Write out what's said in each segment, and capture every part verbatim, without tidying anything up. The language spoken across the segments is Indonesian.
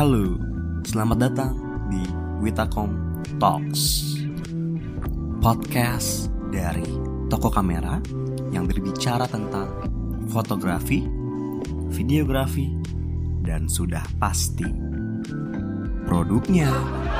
Halo, selamat datang di Witakom Talks, podcast dari toko kamera yang berbicara tentang fotografi, videografi, dan sudah pasti produknya.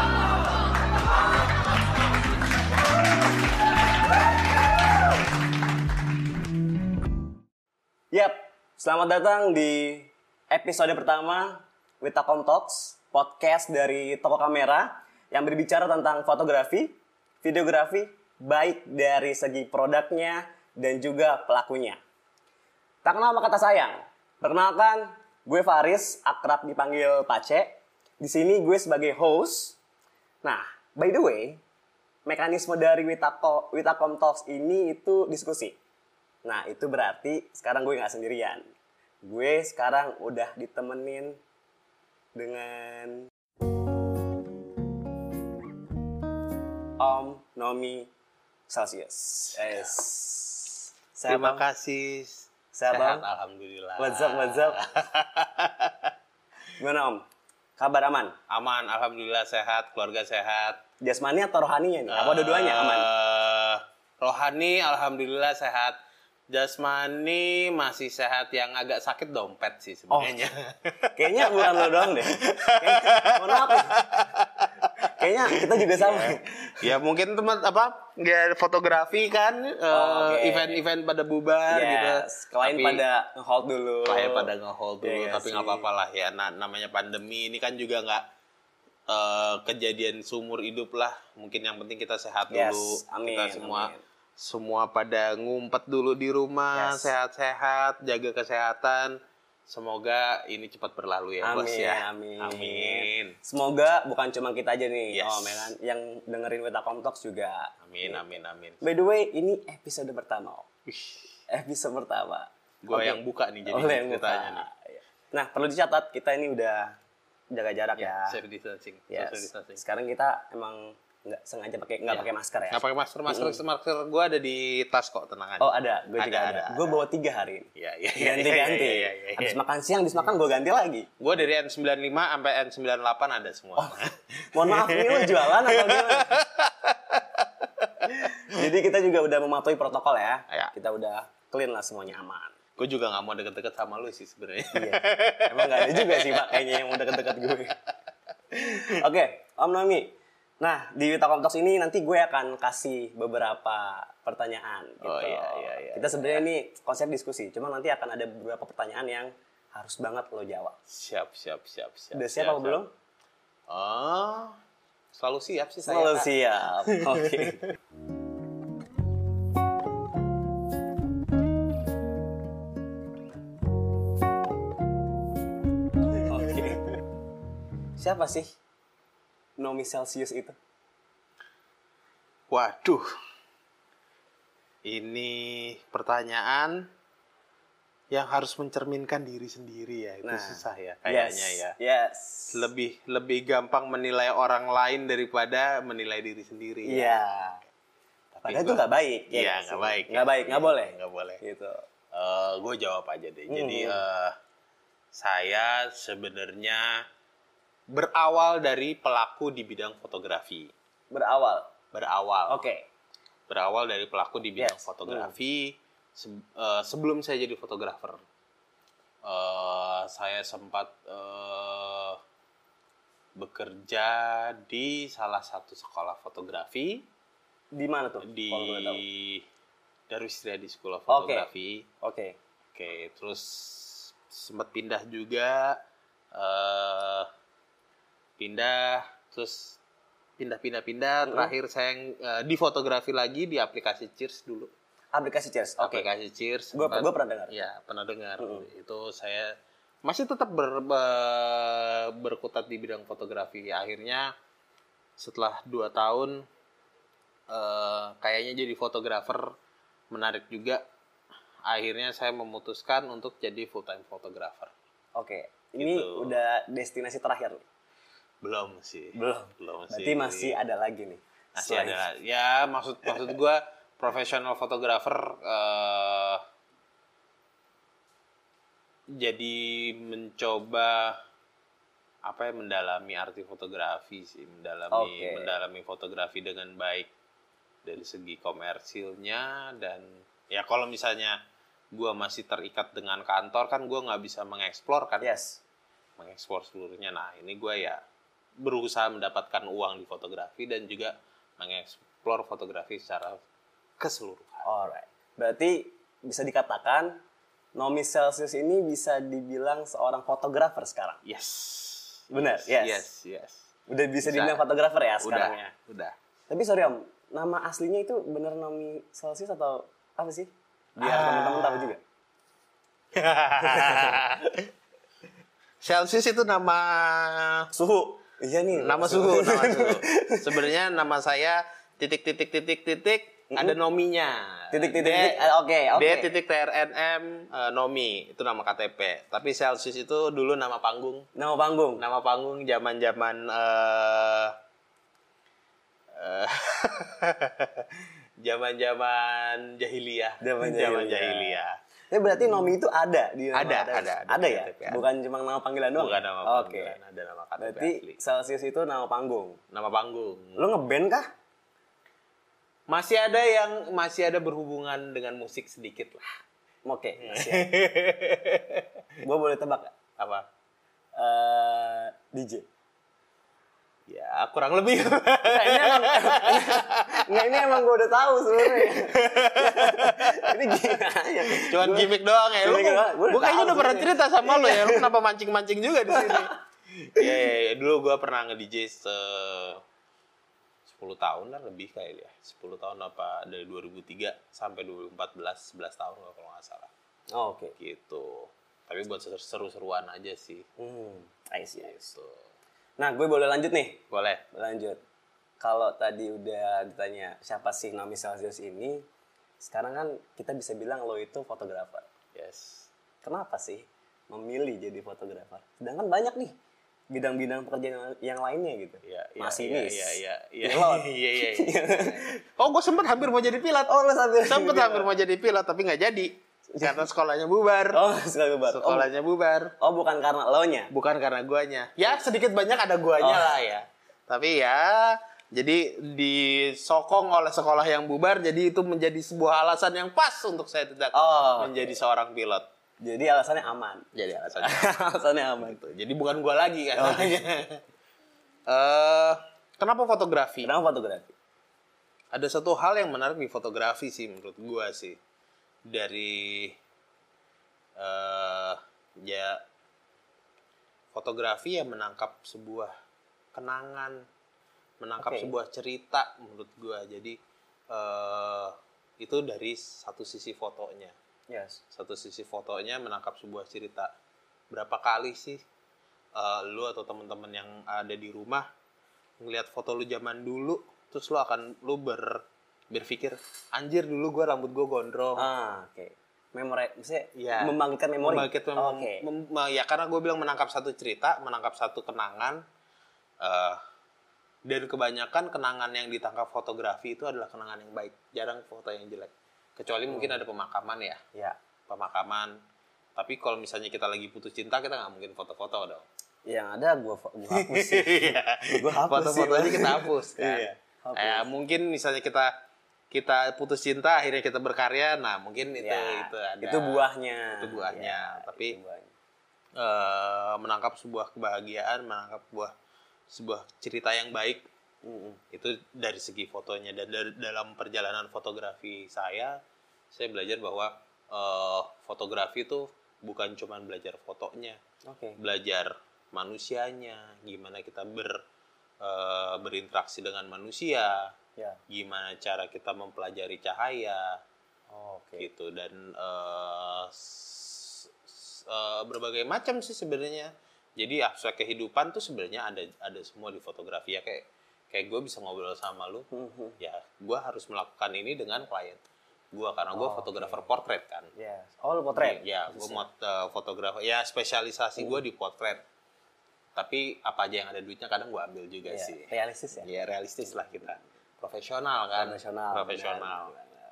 Yap, selamat datang di episode pertama Witakom Talks, podcast dari toko kamera yang berbicara tentang fotografi, videografi, baik dari segi produknya dan juga pelakunya. Tak kenal maka tak sayang. Perkenalkan, gue Faris, akrab dipanggil Pace. Di sini gue sebagai host. Nah, by the way, mekanisme dari Witako, Witakom Talks ini itu diskusi. Nah, itu berarti sekarang gue nggak sendirian. Gue sekarang udah ditemenin dengan Om Nomi Celsius. Yes. Terima kasih. Sehat, Sehat, alhamdulillah. What's up, what's up? Gimana Om? Kabar aman? Aman, alhamdulillah sehat, keluarga sehat. Jasmani atau rohaninya nih? Apa dua-duanya aman? Uh, rohani, alhamdulillah sehat. Jasmani masih sehat, yang agak sakit dompet sih sebenarnya. Oh, kayaknya bukan lo doang deh. Kayaknya, mohon maaf. Kayaknya kita juga sama. Ya, ya mungkin teman apa? Ya fotografi kan, Oh, uh, okay. event-event pada bubar Yes. gitu. Klien Tapi- pada nge-hold dulu. Klien pada nge-hold dulu, Iya tapi nggak sih. apa-apa lah ya. Nah, namanya pandemi ini kan juga nggak eh, kejadian seumur hidup lah. Mungkin yang penting kita sehat Yes, dulu. amin, Kita semua amin. semua pada ngumpet dulu di rumah, Yes. sehat-sehat, jaga kesehatan. Semoga ini cepat berlalu ya, Amin, Bos ya. amin. Amin. Semoga bukan cuma kita aja nih, Yes. Om, ya kan? Yang dengerin Witakom Talks juga. Amin, amin, amin. By the way, ini episode pertama, Om. Wih, Episode pertama. gua Oke. yang buka nih jadi Oleh yang buka. ceritanya nih. Nah, perlu dicatat, kita ini udah jaga jarak ya. Safe distancing. Yes. Social distancing. Sekarang kita emang nggak sengaja pakai nggak Iya. pakai masker ya. Nggak pakai masker, masker, masker gue ada di tas kok, tenang aja. Oh ada, gue juga Ada, ada. ada, Gue ada. bawa tiga hari ini. Iya, iya, iya, Ganti-ganti. iya, iya, iya, Habis iya. makan siang, habis makan gue ganti lagi. Gue dari N sembilan puluh lima sampai N sembilan puluh delapan ada semua. Oh, mohon maaf, ini lo jualan atau gimana? Jadi kita juga udah mematuhi protokol ya. Ya. Kita udah clean lah, semuanya aman. Gue juga nggak mau deket-deket sama lu sih sebenarnya. Iya. Emang gak ada juga sih Pak kayaknya yang mau deket-deket gue. Oke, Om Nomi. Nah, di Witakom Talks ini nanti gue akan kasih beberapa pertanyaan gitu. Oh, iya, iya, iya. Kita sebenarnya ini konsep diskusi, cuma nanti akan ada beberapa pertanyaan yang harus banget lo jawab. Siap, siap, siap, siap. Udah siap apa belum? Oh, selalu siap sih saya. Selalu Kak. siap. Oke. Oke. Siapa sih Nomi Celsius itu? Waduh, ini pertanyaan yang harus mencerminkan diri sendiri ya. Itu Nah, susah ya kayaknya yes, ya. Yes. Lebih lebih gampang menilai orang lain daripada menilai diri sendiri. ya. Iya. Tapi Padahal itu gua- nggak baik. ya Iya, nggak nggak sih? baik. Nggak baik, nggak boleh. Nggak boleh. Gitu. gue jawab aja deh. Jadi Hmm. eh, saya sebenarnya berawal dari pelaku di bidang fotografi. Berawal. Berawal. Oke. Berawal dari pelaku di bidang Yes. fotografi. Se- eh, sebelum saya jadi fotografer, eh, saya sempat eh, bekerja di salah satu sekolah fotografi Di mana tuh? di Kalau boleh tahu. Darusriyadi School of Oke. Photography. Oke. Oke, terus sempat pindah juga, eh pindah, terus pindah-pindah-pindah. Mm-hmm. Terakhir saya eh, di fotografi lagi di aplikasi Cheers dulu. Aplikasi Cheers. Oke. Aplikasi Cheers. Gue sempat- gue pernah dengar. Ya, pernah dengar. Mm-hmm. Itu saya masih tetap ber, be- berkutat di bidang fotografi. Akhirnya setelah dua tahun, eh, kayaknya jadi fotografer menarik juga. Akhirnya saya memutuskan untuk jadi full time fotografer. Oke. Ini Gitu. udah destinasi terakhir nih. Belum sih. Belum. Belum Berarti sih. masih ada lagi nih. Masih Selain- ada. Ya, maksud maksud gue profesional fotografer eh, jadi mencoba apa ya, mendalami arti fotografi sih, mendalami Oke. mendalami fotografi dengan baik dari segi komersilnya. Dan ya kalau misalnya gue masih terikat dengan kantor kan gue nggak bisa mengeksplor kan, Yes. mengeksplor seluruhnya. Nah ini gue ya berusaha mendapatkan uang di fotografi dan juga mengeksplor fotografi secara keseluruhan. Alright. Berarti bisa dikatakan Nomi Celsius ini bisa dibilang seorang fotografer sekarang. Yes. Benar, yes. Yes, yes. Udah bisa, Bisa. dibilang fotografer ya Udah, sekarang ya. udah. Tapi sorry Om, nama aslinya itu bener Nomi Celsius atau apa sih? Biar Ah. teman-teman tahu juga. Celsius itu nama Suhu. Iya nih. nama suhu, nama suhu. Sebenarnya nama saya titik titik titik titik ada nominya. Titik, titik, D- titik. Eh, oke, oke. D titik T R N M eh, Nomi itu nama K T P. Tapi Celsius itu dulu nama panggung. Nama panggung. Nama panggung zaman-zaman eh eh, zaman-zaman jahiliyah. Zaman Zaman jahiliyah. jahiliyah. Tapi berarti Nomi itu ada di nama Ada, K T P? ada, ada Ada di ya? K T P, ada. Bukan cuma nama panggilan doang? Bukan nama Oke. panggilan, ada nama K T P Berarti asli. Celsius itu nama panggung. Nama panggung. Lo ngeband kah? Masih ada yang masih ada berhubungan dengan musik sedikit lah. Oke. Masih. Gue boleh tebak gak? Apa? Eh, D J. Ya kurang lebih. Nggak, ini emang, nggak, ini emang gue udah tahu sebenarnya. Ini gimana ya? Cuman gimmick doang ya. Lu, Gimmick doang. Gua udah gue kayaknya tahu udah pernah sebenarnya. cerita sama lo ya. Lu kenapa mancing-mancing juga di sini? Iya, iya, iya. Dulu gue pernah nge-D J se sepuluh tahun lah lebih kayak ya. sepuluh tahun apa dari dua ribu tiga sampai dua ribu empat belas, sebelas tahun kalau nggak salah. Oh, oke. Gitu. Tapi buat seru-seruan aja sih. Hmm, I see, I see. Gitu. Nah, gue boleh lanjut nih. Boleh. Lanjut. Kalau tadi udah ditanya siapa sih Nomi Celsius ini, sekarang kan kita bisa bilang lo itu fotografer. Yes. Kenapa sih memilih jadi fotografer? Sedangkan banyak nih bidang-bidang pekerjaan yang lainnya gitu. Iya, iya, Masinis, iya, iya, iya, pilot. iya, iya, iya. Oh, gue sempet hampir mau jadi pilot. Oh, lo sambil Sempet hampir mau jadi pilot, tapi nggak jadi. Karena sekolahnya bubar. Oh, sekali bubar. Oh, Sekolahnya bubar. oh, bukan karena lo-nya. Bukan karena guanya. Ya, sedikit banyak ada guanya Oh. lah ya. Tapi ya, jadi disokong oleh sekolah yang bubar, jadi itu menjadi sebuah alasan yang pas untuk saya tidak Oh, menjadi seorang pilot. Jadi alasannya aman. Jadi alasannya. alasannya aman. Gitu. Jadi bukan gua lagi kan. Oh. Eh, kenapa fotografi? Kenapa fotografi? Ada satu hal yang menarik di fotografi sih menurut gua sih. Dari eh ya fotografi yang menangkap sebuah kenangan, menangkap Oke. sebuah cerita menurut gua. Jadi eh itu dari satu sisi fotonya. Yes. Satu sisi fotonya menangkap sebuah cerita. Berapa kali sih eh, lu atau teman-teman yang ada di rumah ngelihat foto lu zaman dulu, terus lu akan lu ber berpikir, anjir dulu gua rambut gua gondrong. Ah, oke. Memori, maksudnya Iya. membangkitkan memori. Membangkit mem- Oh, oke. mem- mem- ya karena gue bilang menangkap satu cerita, menangkap satu kenangan. eh dan kebanyakan kenangan yang ditangkap fotografi itu adalah kenangan yang baik. Jarang foto yang jelek. Kecuali mungkin ada pemakaman ya. Ya. Pemakaman. Tapi kalau misalnya kita lagi putus cinta, kita nggak mungkin foto-foto dong. Yang ada gua gua hapus sih. Gua hapus Foto-foto sih, aja Bang. kita hapus kan. Iya, hapus. Eh, mungkin misalnya kita kita putus cinta, akhirnya kita berkarya, nah mungkin itu Ya, itu ada. itu buahnya. Itu buahnya. Ya, Tapi itu buahnya. eh, menangkap sebuah kebahagiaan, menangkap sebuah sebuah cerita yang baik, Mm-mm. itu dari segi fotonya. Dan dari, dalam perjalanan fotografi saya, saya belajar bahwa eh, fotografi itu bukan cuma belajar fotonya, Oke. belajar manusianya, gimana kita ber eh, berinteraksi dengan manusia, Ya. gimana cara kita mempelajari cahaya, Oh, oke. gitu. Dan eh, s- s- eh, berbagai macam sih sebenarnya. Jadi aspek kehidupan tuh sebenarnya ada ada semua di fotografi ya. Kayak kayak gue bisa ngobrol sama lu, Mhm. ya gue harus melakukan ini dengan klien gue karena gue Oh, fotografer oke. portrait kan. Yes. Oh, lu potret. Ya, gue mau fotografer. Ya spesialisasi gue di portrait. Tapi apa aja yang ada duitnya kadang gue ambil juga Iya, sih. realistis ya. Ya realistis lah kita. Profesional kan. Profesional. Profesional. benar, benar.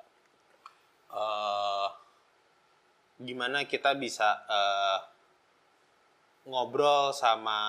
Eh, gimana kita bisa eh, ngobrol sama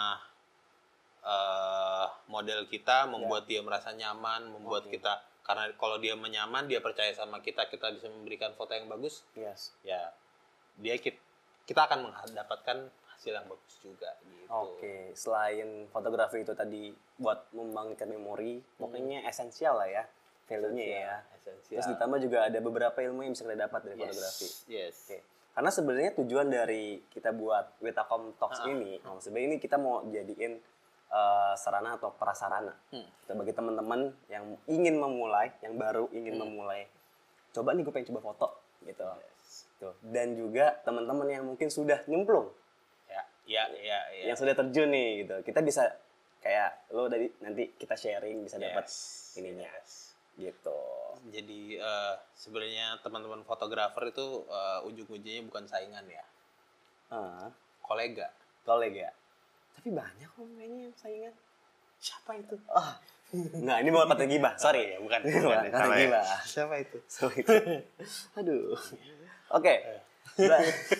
uh, model kita, membuat yeah. dia merasa nyaman, membuat okay. kita, karena kalau dia menyaman, dia percaya sama kita, kita bisa memberikan foto yang bagus. Yes. Ya, dia kita akan mendapatkan hasil yang bagus juga gitu. Oke, okay. Selain fotografi itu tadi buat membangkitkan memori, hmm. pokoknya esensial lah ya, value-nya ya. Esensial. Terus ditambah juga ada beberapa ilmu yang bisa kita dapat dari yes. fotografi. Yes. Oke. Okay. Karena sebenarnya tujuan dari kita buat Witacom Talks uh-huh. ini, oh, sebenarnya ini kita mau jadiin uh, sarana atau prasarana. Hmm. Kita bagi teman-teman yang ingin memulai, yang baru ingin hmm. memulai. Coba nih gue pengen coba foto gitu. Yes. Tuh. Dan juga teman-teman yang mungkin sudah nyemplung. Ya, ya, ya, ya. Yang sudah terjun nih gitu. Kita bisa kayak lo dari nanti kita sharing bisa dapat yes. ininya. Yes. Gitu. Jadi uh, sebenarnya teman-teman fotografer itu uh, ujung-ujungnya bukan saingan ya. Uh. Kolega. Kolega. Tapi banyak kok kayaknya yang saingan. Siapa itu? Oh. Enggak, ini mau kata gibah. Sorry. ya, bukan. bukan kata gibah. Ya. Siapa itu? So, itu. Aduh. Oke. Okay.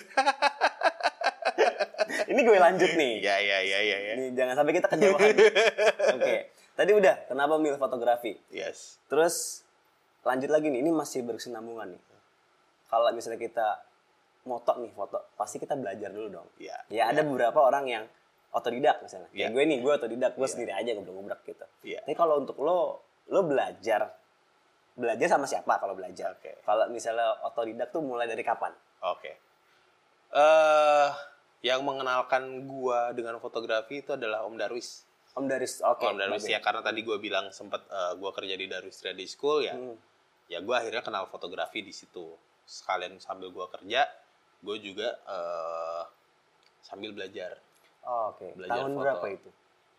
Ini gue lanjut nih. Ya, ya, ya, ya, ya. Nih, jangan sampai kita kejauhan. Oke. Okay. Tadi udah, kenapa milih fotografi? Yes. Terus lanjut lagi nih, ini masih berkesinambungan nih. Kalau misalnya kita moto nih foto, pasti kita belajar dulu dong. Iya. Ya, ya ada beberapa orang yang otodidak misalnya. Kayak ya. gue nih, gue otodidak, gue ya. sendiri aja ngobrol-ngobrol gitu. Iya. Tapi kalau untuk lo, lo belajar, belajar sama siapa kalau belajar? Oke. Okay. Kalau misalnya otodidak tuh mulai dari kapan? Oke. Okay. Uh, yang mengenalkan gua dengan fotografi itu adalah Om Darwis. Om Darwis, oke. Okay. Om Darwis ya, karena tadi gue bilang sempat uh, gue kerja di Darwis Study School ya, hmm. ya gue akhirnya kenal fotografi di situ. Sekalian sambil gue kerja, gue juga uh, sambil belajar. Oh, oke. Okay. Belajar tahun foto. Berapa itu?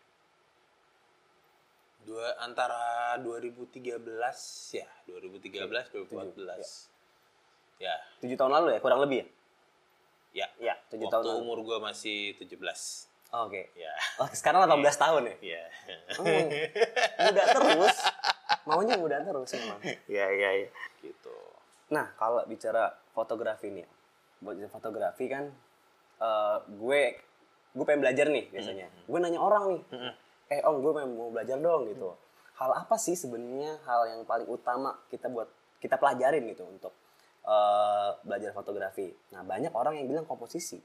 Dua antara dua ribu tiga belas ya, dua ribu tiga belas dua ribu empat belas. Ya. Tujuh tahun lalu ya, kurang lebih ya? Ya. Ya, tujuh tahun. Waktu umur gue masih tujuh belas. Oh, oke. Okay. Ya. Oh, sekarang delapan belas tahun ya? Iya. Oh, muda terus. Maunya muda terus memang. Iya, iya, iya. Gitu. Nah, kalau bicara fotografi nih. Buat fotografi kan uh, gue gue pengen belajar nih biasanya. Mm-hmm. Gue nanya orang nih. Mm-hmm. Eh, Om, gue mau belajar dong gitu. Mm-hmm. Hal apa sih sebenarnya hal yang paling utama kita buat kita pelajarin gitu untuk uh, belajar fotografi? Nah, banyak orang yang bilang komposisi.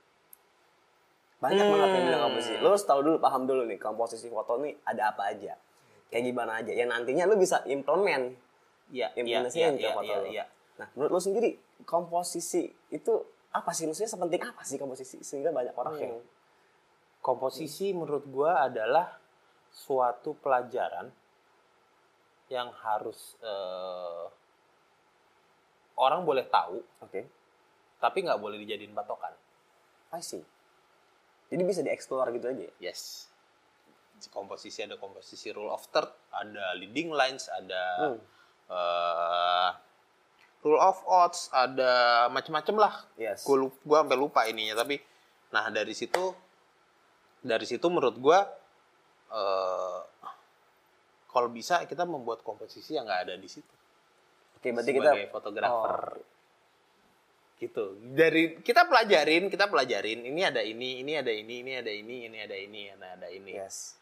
Banyak hmm. banget yang bilang komposisi. Lo harus tahu dulu, paham dulu nih, komposisi foto nih ada apa aja. Kayak gimana aja. Yang nantinya lo bisa implement. Iya, implementasiin ya, ya, ke foto ya, lo. ya. Nah, menurut lo sendiri, komposisi itu apa sih? Maksudnya sepenting apa sih komposisi? Sehingga banyak orang okay. yang... Komposisi hmm. menurut gua adalah suatu pelajaran yang harus uh, orang boleh tahu. Oke. Okay. Tapi nggak boleh dijadiin patokan. I see. Jadi bisa dieksplor gitu aja? Yes. Komposisi ada komposisi rule of third, ada leading lines, ada hmm. uh, rule of odds, ada macam-macam lah. Yes. Gue gue sampai lupa ininya, tapi nah dari situ dari situ menurut gue uh, kalau bisa kita membuat komposisi yang nggak ada di situ. Oke, berarti sebagai kita fotografer. Oh. Gitu. Dari kita pelajarin, kita pelajarin ini ada ini, ini ada ini, ini ada ini, ini ada ini, ini ada ini. Yes.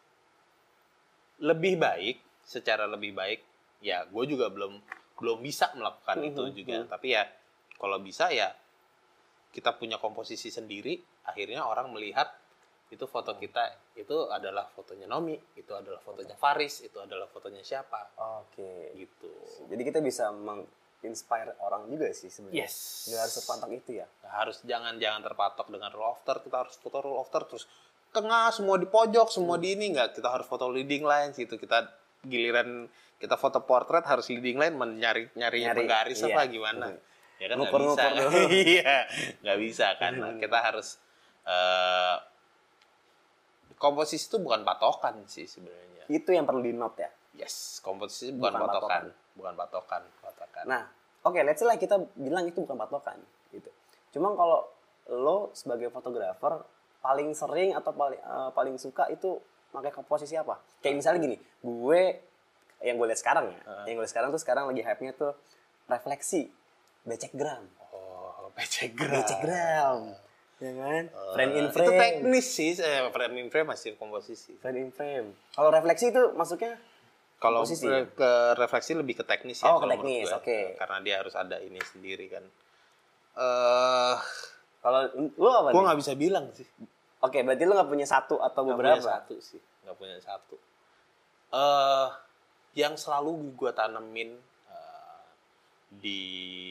Lebih baik, secara lebih baik, ya gue juga belum belum bisa melakukan mm-hmm. itu juga. Mm-hmm. Tapi ya kalau bisa ya kita punya komposisi sendiri, akhirnya orang melihat itu foto kita itu adalah fotonya Nomi, itu adalah fotonya Faris, itu adalah fotonya siapa. Oke. Okay. Gitu. Jadi kita bisa meng inspire orang juga sih sebenarnya. Yes. Nggak harus terpatok itu ya. Nggak harus jangan jangan terpatok dengan rule of third. Kita harus foto rule of third terus tengah semua di pojok semua hmm. di ini nggak. Kita harus foto leading lines gitu. Kita giliran kita foto portrait harus leading line mencari nyari penggaris iya. apa gimana? Hmm. Ya kan nggak bisa. Iya nggak bisa kan. Nah, kita harus uh, komposisi itu bukan patokan sih sebenarnya. Itu yang perlu di note ya. Yes, komposisi bukan, bukan patokan. patokan, bukan patokan, patokan. Nah, oke, okay, let's say lah kita bilang itu bukan patokan, gitu. Cuma kalau lo sebagai fotografer paling sering atau paling uh, paling suka itu pakai komposisi apa? Kayak misalnya gini, gue yang gue lihat sekarang ya, uh. yang gue lihat sekarang tuh sekarang lagi hype-nya tuh refleksi, becek gram. Oh, becek gram. Becek gram. Ya kan? Uh, Frame in frame. Itu teknis sih, eh, frame in frame masih komposisi. Frame in frame. Kalau refleksi itu masuknya kalau komposisi, re- ke refleksi lebih ke teknis ya. Oh, ke kalau menurut teknis, gua. oke. Karena dia harus ada ini sendiri kan. Eh, kalau lu apa gua nih? nggak bisa bilang sih. Oke, berarti lu nggak punya satu atau Nggak beberapa? punya satu sih, nggak punya satu. Eh, yang selalu gua tanemin eh, di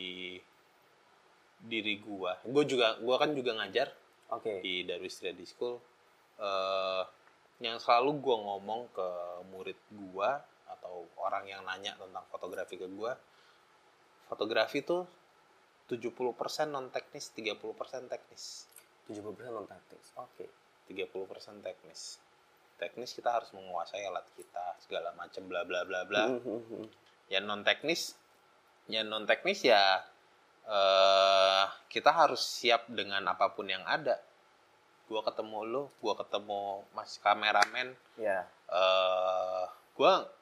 diri gua. Gua juga, gua kan juga ngajar. Oke. Di Darwis Study School, uh, yang selalu gue ngomong ke murid gue atau orang yang nanya tentang fotografi ke gue, fotografi tuh tujuh puluh persen non teknis, tiga puluh persen teknis. tujuh puluh persen non teknis. Oke. tiga puluh persen teknis. Teknis kita harus menguasai alat kita, segala macam bla bla bla bla. Mm-hmm. Yang non teknis, yang non teknis ya Uh, kita harus siap dengan apapun yang ada. Gua ketemu lu, gua ketemu mas kameramen. Ya. Uh, gua,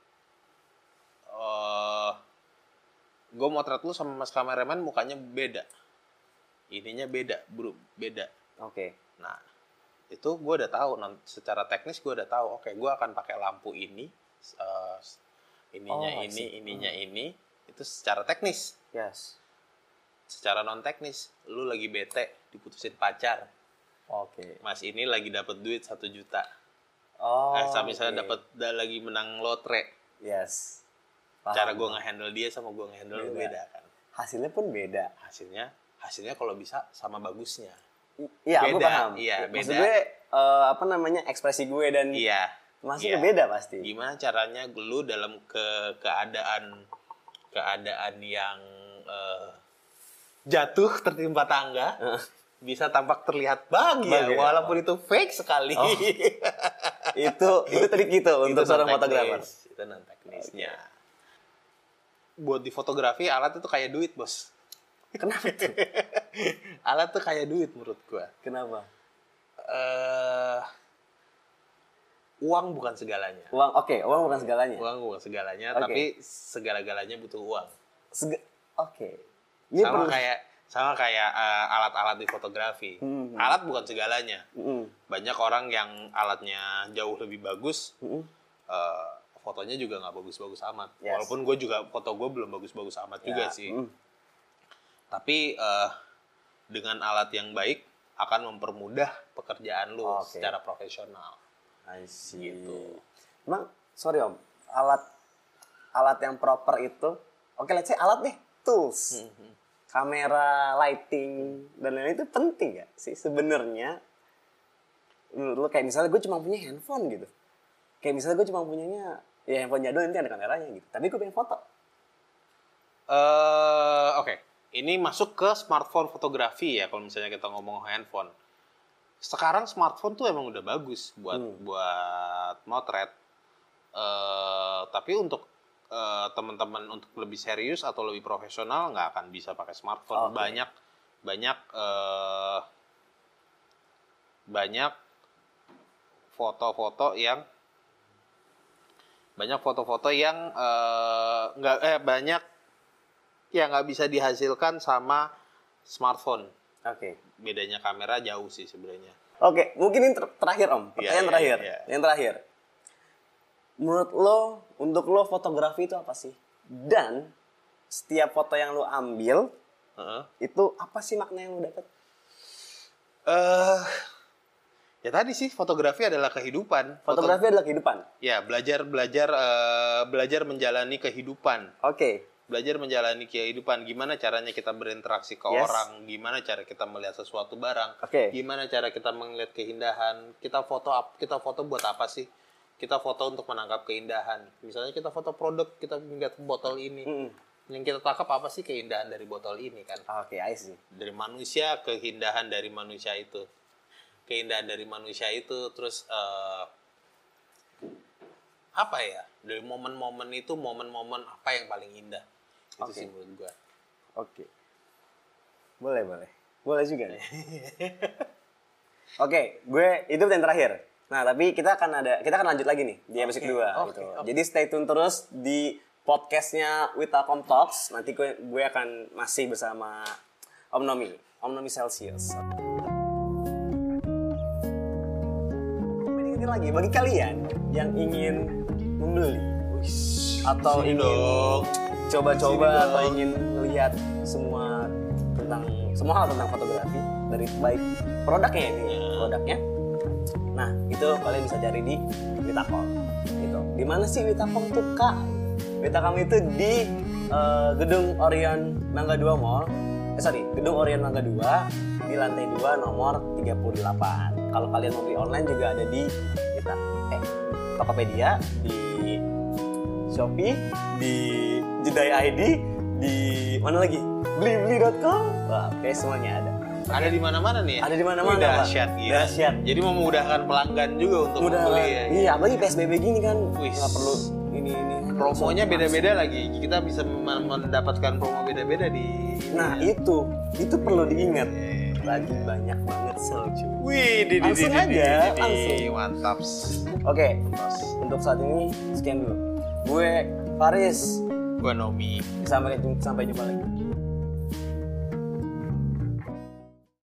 uh, gua motret lu sama mas kameramen mukanya beda, ininya beda, bro, beda. Oke. Nah, itu gua udah tahu. Non, secara teknis gua udah tahu. Oke, gua akan pakai lampu ini, uh, ininya Oh, I ini, see. ininya Hmm. ini. Itu secara teknis. Yes. Secara non teknis, lu lagi bete diputusin pacar, Oke. mas ini lagi dapat duit satu juta, Oh. eh misalnya oke. dapat da, lagi menang lotre. Yes. Paham. Cara gue ngehandle dia sama gue ngehandle lu Beda. beda kan. Hasilnya pun beda. Hasilnya, hasilnya kalau bisa sama bagusnya. I- Iya, aku Beda, paham. iya, Maksud beda. gue eh, apa namanya ekspresi gue dan Iya. masih iya. beda pasti. Gimana caranya lu dalam ke keadaan keadaan yang eh, jatuh tertimpa tangga bisa tampak terlihat bahagia, Bahagia. walaupun itu fake sekali. Oh. itu itu trik gitu untuk Itu seorang non-teknis. fotografer. Itu non teknisnya. Buat di fotografi alat itu kayak duit, bos. Kenapa tuh? Alat tuh kayak duit menurut gua. Kenapa? Eh, uang bukan segalanya. Uang, oke, uang bukan segalanya. Uang bukan segalanya, Oke. tapi segala-galanya butuh uang. Sega- oke. Ini sama perlu- kayak sama kayak eh, alat-alat di fotografi. Hmm. Alat bukan segalanya. Mm-mm. Banyak orang yang alatnya jauh lebih bagus, Mm-mm. eh, fotonya juga nggak bagus-bagus amat. Yes. Walaupun gue juga foto gue belum bagus-bagus amat juga Ya, sih. mm. Tapi eh, dengan alat yang baik akan mempermudah pekerjaan lu Oke. secara profesional. I see. Gitu. Emang, sorry om, alat alat yang proper itu, oke, let's say alat deh, tools, Mhm. kamera, lighting, dan lain-lain itu penting gak sih sebenarnya? Lu kayak misalnya gue cuma punya handphone gitu, kayak misalnya gue cuma punyanya ya handphone jadul nanti ada kameranya gitu, tapi gue pengen foto. Eh, Oke, ini masuk ke smartphone fotografi ya kalau misalnya kita ngomong handphone. Sekarang smartphone tuh emang udah bagus buat Hmm. buat motret. Eh, tapi untuk eh, teman-teman untuk lebih serius atau lebih profesional nggak akan bisa pakai smartphone. Oke. Banyak banyak eh, banyak foto-foto yang banyak foto-foto yang eh, nggak eh banyak yang nggak bisa dihasilkan sama smartphone. Oke. Bedanya kamera jauh sih sebenarnya. Oke, mungkin ini ter- terakhir om, pertanyaan Iya, iya, terakhir, iya. yang terakhir. Menurut lo, untuk lo fotografi itu apa sih? Dan setiap foto yang lo ambil Heeh. itu apa sih makna yang lo dapet? Eh, ya tadi sih fotografi adalah kehidupan. Foto- Fotografi adalah kehidupan. ya belajar belajar eh, belajar menjalani kehidupan. Oke, Belajar menjalani kehidupan. Gimana caranya kita berinteraksi ke Yes. orang? Gimana cara kita melihat sesuatu barang? Oke. Gimana cara kita melihat keindahan? Kita foto ap- kita foto buat apa sih? Kita foto untuk menangkap keindahan. Misalnya kita foto produk, kita melihat botol ini. Mm-mm. Yang kita tangkap apa sih keindahan dari botol ini kan? oke, I see. Dari manusia, keindahan dari manusia itu. Keindahan dari manusia itu terus eh, apa ya? Dari momen-momen itu momen-momen apa yang paling indah? Itu Oke. sih menurut gua. Oke, boleh boleh, boleh juga nih. Oke, gue itu yang terakhir. Nah, tapi kita akan ada, kita akan lanjut lagi nih di episode Oke, kedua. oke, gitu. oke. Jadi stay tune terus di podcastnya Witacom Talks. Nanti gue, gue akan masih bersama Om Nomi, Om Nomi Celsius. ingetin lagi bagi kalian yang ingin membeli atau Sini ingin dong. coba-coba Sini atau dong. ingin melihat semua tentang semua hal tentang fotografi dari baik produknya ini produknya. Nah itu kalian bisa cari di Witacom. Gitu. Di mana sih Witacom tuh kak? Witacom itu di uh, gedung Orion Mangga dua Mall. Eh sorry, gedung Orion Mangga dua di lantai dua nomor tiga puluh delapan. Kalau kalian mau beli online juga ada di kita eh Tokopedia, di Shopee, di Jedai I D, di mana lagi? Blibli dot com. Wah, kayak semuanya ada. Ada di mana-mana nih ya? Ada di mana-mana, Wih, Pak. dahsyat gila. Dahsyat. Jadi memudahkan pelanggan juga untuk Udah membeli lah. ya. Iya, apalagi P S B B gini kan. Wih. Nggak perlu ini ini. Promonya beda-beda lagi. Kita bisa mem- mendapatkan promo beda-beda di Nah, itu itu perlu diingat. Lagi banyak banget sel cuy. Wih, di di di Langsung di, aja, di, di, di. langsung. Mantap. Oke, untuk saat ini sekian dulu. Gue Faris. Gua Nomi. Sampai sampai jumpa lagi.